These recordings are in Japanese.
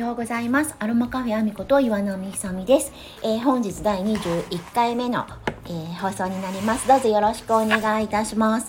ようございます。アロマカフェアミこと岩波ひさみです。本日第21回目の、放送になります。どうぞよろしくお願いいたします。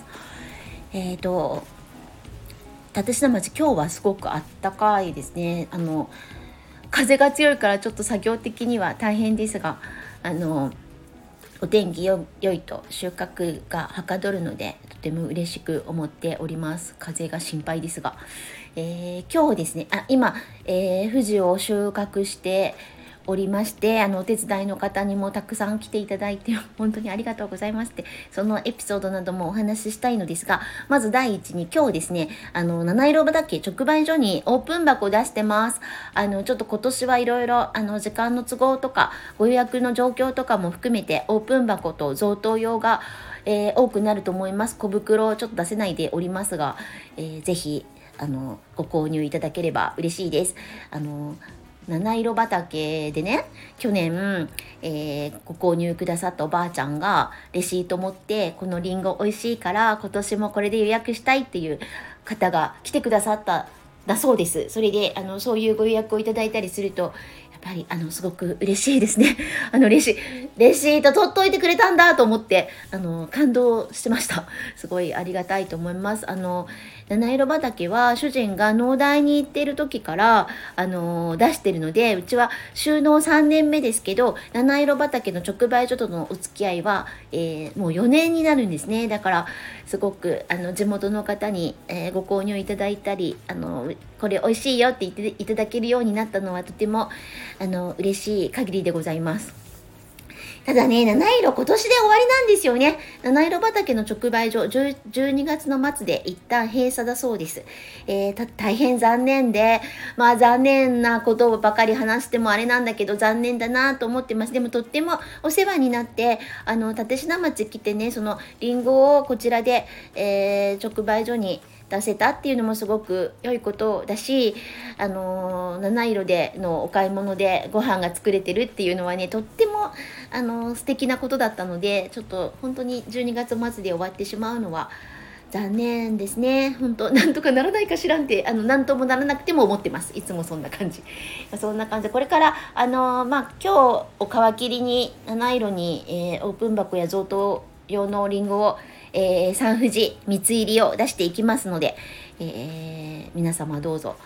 立科町、今日はすごくあったかいですね。風が強いからちょっと作業的には大変ですが、お天気良いと収穫がはかどるので、とても嬉しく思っております。風が心配ですが、今日ですね、今、富士を収穫しておりまして、お手伝いの方にもたくさん来ていただいて本当にありがとうございますって、そのエピソードなどもお話ししたいのですが、まず第一に今日ですね、七色畑直売所にオープン箱を出してます。ちょっと今年はいろいろ時間の都合とかご予約の状況とかも含めてオープン箱と贈答用が、多くなると思います。小袋をちょっと出せないでおりますが、ぜひご購入いただければ嬉しいです。七色畑でね、去年、ご購入くださったおばあちゃんがレシート持って、このリンゴ美味しいから今年もこれで予約したいっていう方が来てくださっただそうです。それでそういうご予約をいただいたりすると、やっぱりすごく嬉しいですね。レシート取っといてくれたんだと思って感動してました。すごいありがたいと思います。七色畑は主人が農大に行っている時から出してるので、うちは就農3年目ですけど、七色畑の直売所とのお付き合いは、もう4年になるんですね。だからすごく地元の方に、ご購入いただいたり、これ美味しいよって言っていただけるようになったのはとても嬉しい限りでございます。ただね、七色今年で終わりなんですよね。七色畑の直売所、12月の末で一旦閉鎖だそうです。大変残念で、残念なことばかり話してもあれなんだけど、残念だなと思ってます。でもとってもお世話になって、立科町来てね、そのリンゴをこちらで、直売所に出せたっていうのもすごく良いことだし、七色でのお買い物でご飯が作れてるっていうのはね、とっても素敵なことだったので、ちょっと本当に12月末で終わってしまうのは残念ですね。本当なんとかならないかしらんって、なんともならなくても思ってます。いつもそんな感じ。そんな感じで、これから今日を皮切りに七色に、オープン箱や贈答用のリンゴをサンふじ三つ入りを出していきますので、皆様どうぞ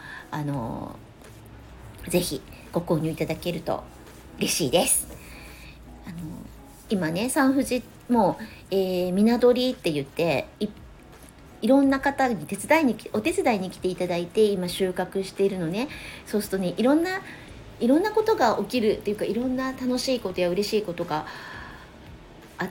ぜひご購入いただけると嬉しいです。今ね、サンふじもみなどりって言っていろんな方にお手伝いに来ていただいて今収穫しているのね。そうするとね、いろんなことが起きるっていうか、いろんな楽しいことや嬉しいことがあって、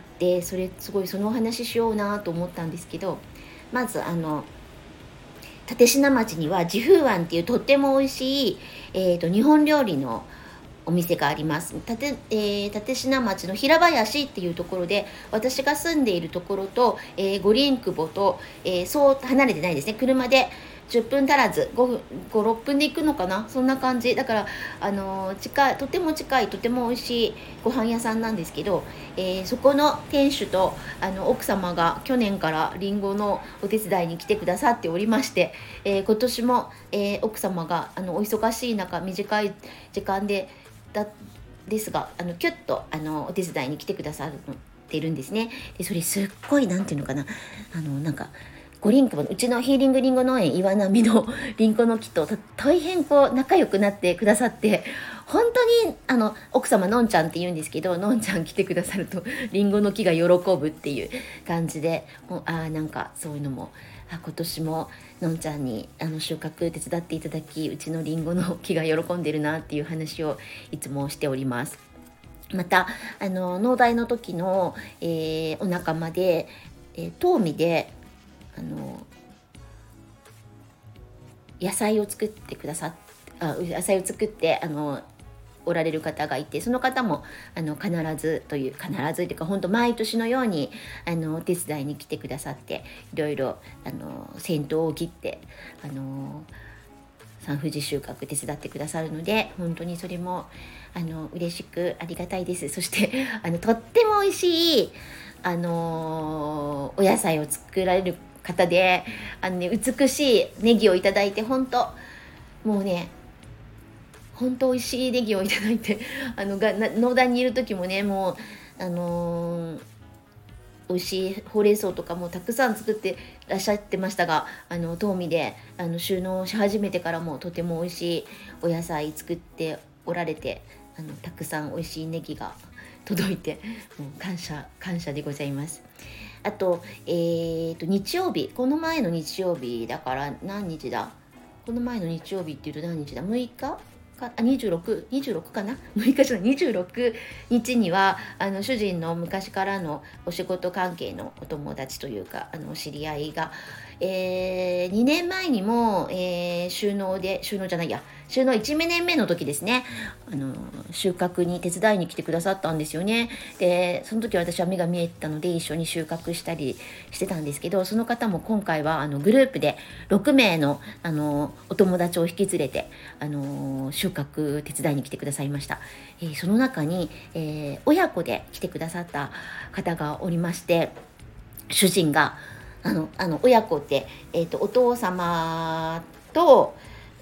すごいそのお話ししようなと思ったんですけど、まず立科町には自風庵っていうとっても美味しい、日本料理のお店があります。立科町の平林っていうところで、私が住んでいるところと、五輪久保と、そう離れてないですね。車で10分足らず、5、6分で行くのかな、そんな感じだから、とても近い、とても美味しいご飯屋さんなんですけど、そこの店主と奥様が去年からリンゴのお手伝いに来てくださっておりまして、今年も、奥様がお忙しい中、短い時間ですがキュッとお手伝いに来てくださってるんですね。でそれすっごいなんていうのかな、なんか五輪久保のうちのヒーリングリンゴ農園岩波のリンゴの木と大変仲良くなってくださって、本当に奥様のんちゃんって言うんですけど、のんちゃん来てくださるとリンゴの木が喜ぶっていう感じで、なんかそういうのも今年ものんちゃんに収穫手伝っていただき、うちのリンゴの木が喜んでるなっていう話をいつもしております。また農大の時の、お仲間で、東美で野菜を作っておられる方がいて、その方も必ずというか本当毎年のようにお手伝いに来てくださって、いろいろ先頭を切ってサンふじ収穫手伝ってくださるので、本当にそれも嬉しくありがたいです。そしてとっても美味しいお野菜を作られる方で、美しいネギをいただいて、本本当美味しいネギをいただいて農大にいる時もね、もう美味しいほうれん草とかもたくさん作ってらっしゃってましたが、東美で収納し始めてからもとても美味しいお野菜作っておられて、たくさん美味しいネギが届いて、もう感謝でございます。あと、日曜日、この前の日曜日だから何日だ、この前の日曜日っていうと何日だ、6日か、26かな、6日じゃない、26日には主人の昔からのお仕事関係のお友達というか知り合いが、2年前にも、収納1年目の時ですね、収穫に手伝いに来てくださったんですよね。でその時は私は目が見えたので一緒に収穫したりしてたんですけど、その方も今回はグループで6名のお友達を引き連れて収穫手伝いに来てくださいました。その中に、親子で来てくださった方がおりまして、主人が親子って、お父様と、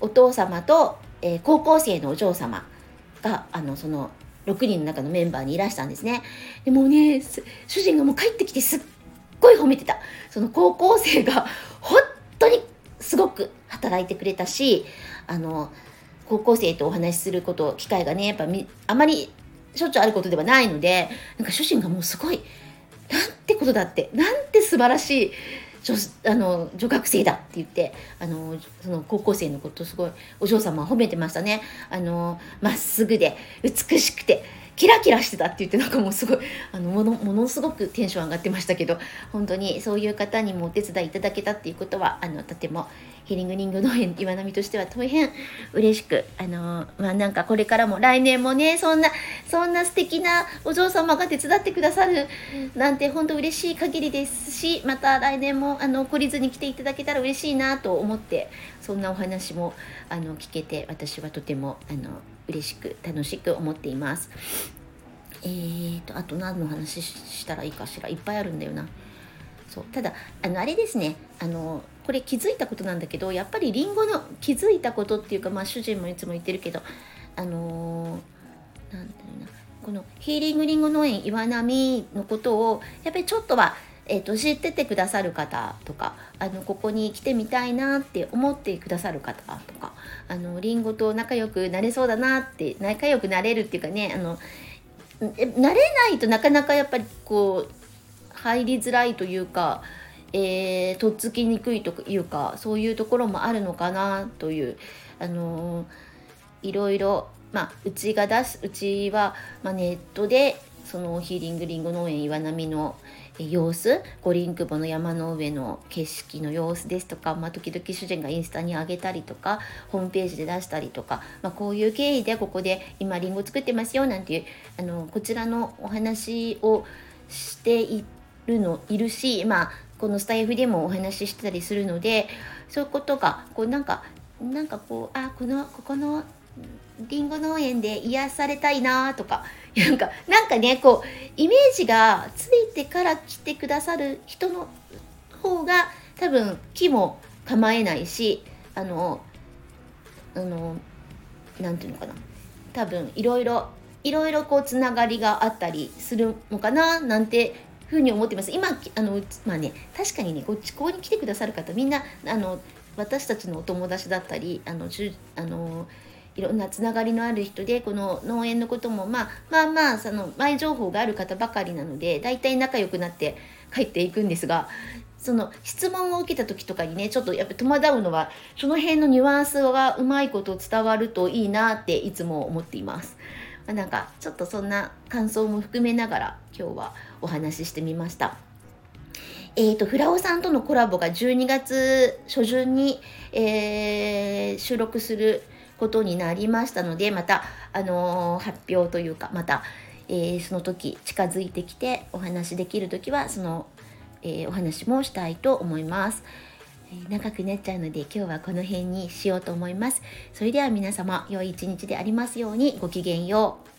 高校生のお嬢様がその6人の中のメンバーにいらしたんですね。でもうね、主人がもう帰ってきてすっごい褒めてた。その高校生が本当にすごく働いてくれたし、高校生とお話しする機会がね、やっぱあまりしょっちゅうあることではないので、なんか主人がもうすごい、なんてことだって、なんて素晴らしい女学生だって言って、その高校生のことすごいお嬢様は褒めてましたね。まっすぐで美しくてキラキラしてたって言って、なんかもうすごいものすごくテンション上がってましたけど、本当にそういう方にもお手伝いいただけたっていうことはとてもヒーリングリング農園岩波としては大変嬉しく、なんかこれからも来年もね、そんな素敵なお嬢様が手伝ってくださるなんて本当嬉しい限りですし、また来年も懲りずに来ていただけたら嬉しいなと思って、そんなお話も聞けて、私はとても嬉しく楽しく思っています。あと何の話したらいいかしら、いっぱいあるんだよな。そう、ただあれですね、これ気づいたことなんだけど、やっぱりリンゴの気づいたことっていうか、主人もいつも言ってるけど、なんていうな、このヒーリングリンゴ農園岩波のことをやっぱりちょっとは、知っててくださる方とか、ここに来てみたいなって思ってくださる方とか、リンゴと仲良くなれそうだなって、仲良くなれるっていうかね、慣れないとなかなかやっぱりこう入りづらいというか、とっつきにくいというか、そういうところもあるのかなという、いろいろ、うちは、ネットでそのヒーリングリンゴ農園岩波の様子、五輪久保の山の上の景色の様子ですとか、時々主人がインスタに上げたりとか、ホームページで出したりとか、こういう経緯でここで今リンゴ作ってますよなんていうこちらのお話をしているし、このスタイフでもお話ししてたりするので、そういうことがここのリンゴ農園で癒されたいなとか、なんかね、こうイメージがついてから来てくださる人の方が多分気も構えないし、なんていうのかな、多分いろいろこうつながりがあったりするのかななんてふうに思ってます。今確かにね、ここに来てくださる方みんな私たちのお友達だったりいろんなつながりのある人で、この農園のこともその前情報がある方ばかりなので、だいたい仲良くなって帰っていくんですが、その質問を受けた時とかにね、ちょっとやっぱ戸惑うのは、その辺のニュアンスがうまいこと伝わるといいなっていつも思っています。なんかちょっとそんな感想も含めながら今日はお話ししてみました。フラオさんとのコラボが12月初旬に、収録することになりましたので、また、発表というか、また、その時近づいてきてお話できる時はその、お話もしたいと思います。長くなっちゃうので今日はこの辺にしようと思います。それでは皆様良い一日でありますように。ごきげんよう。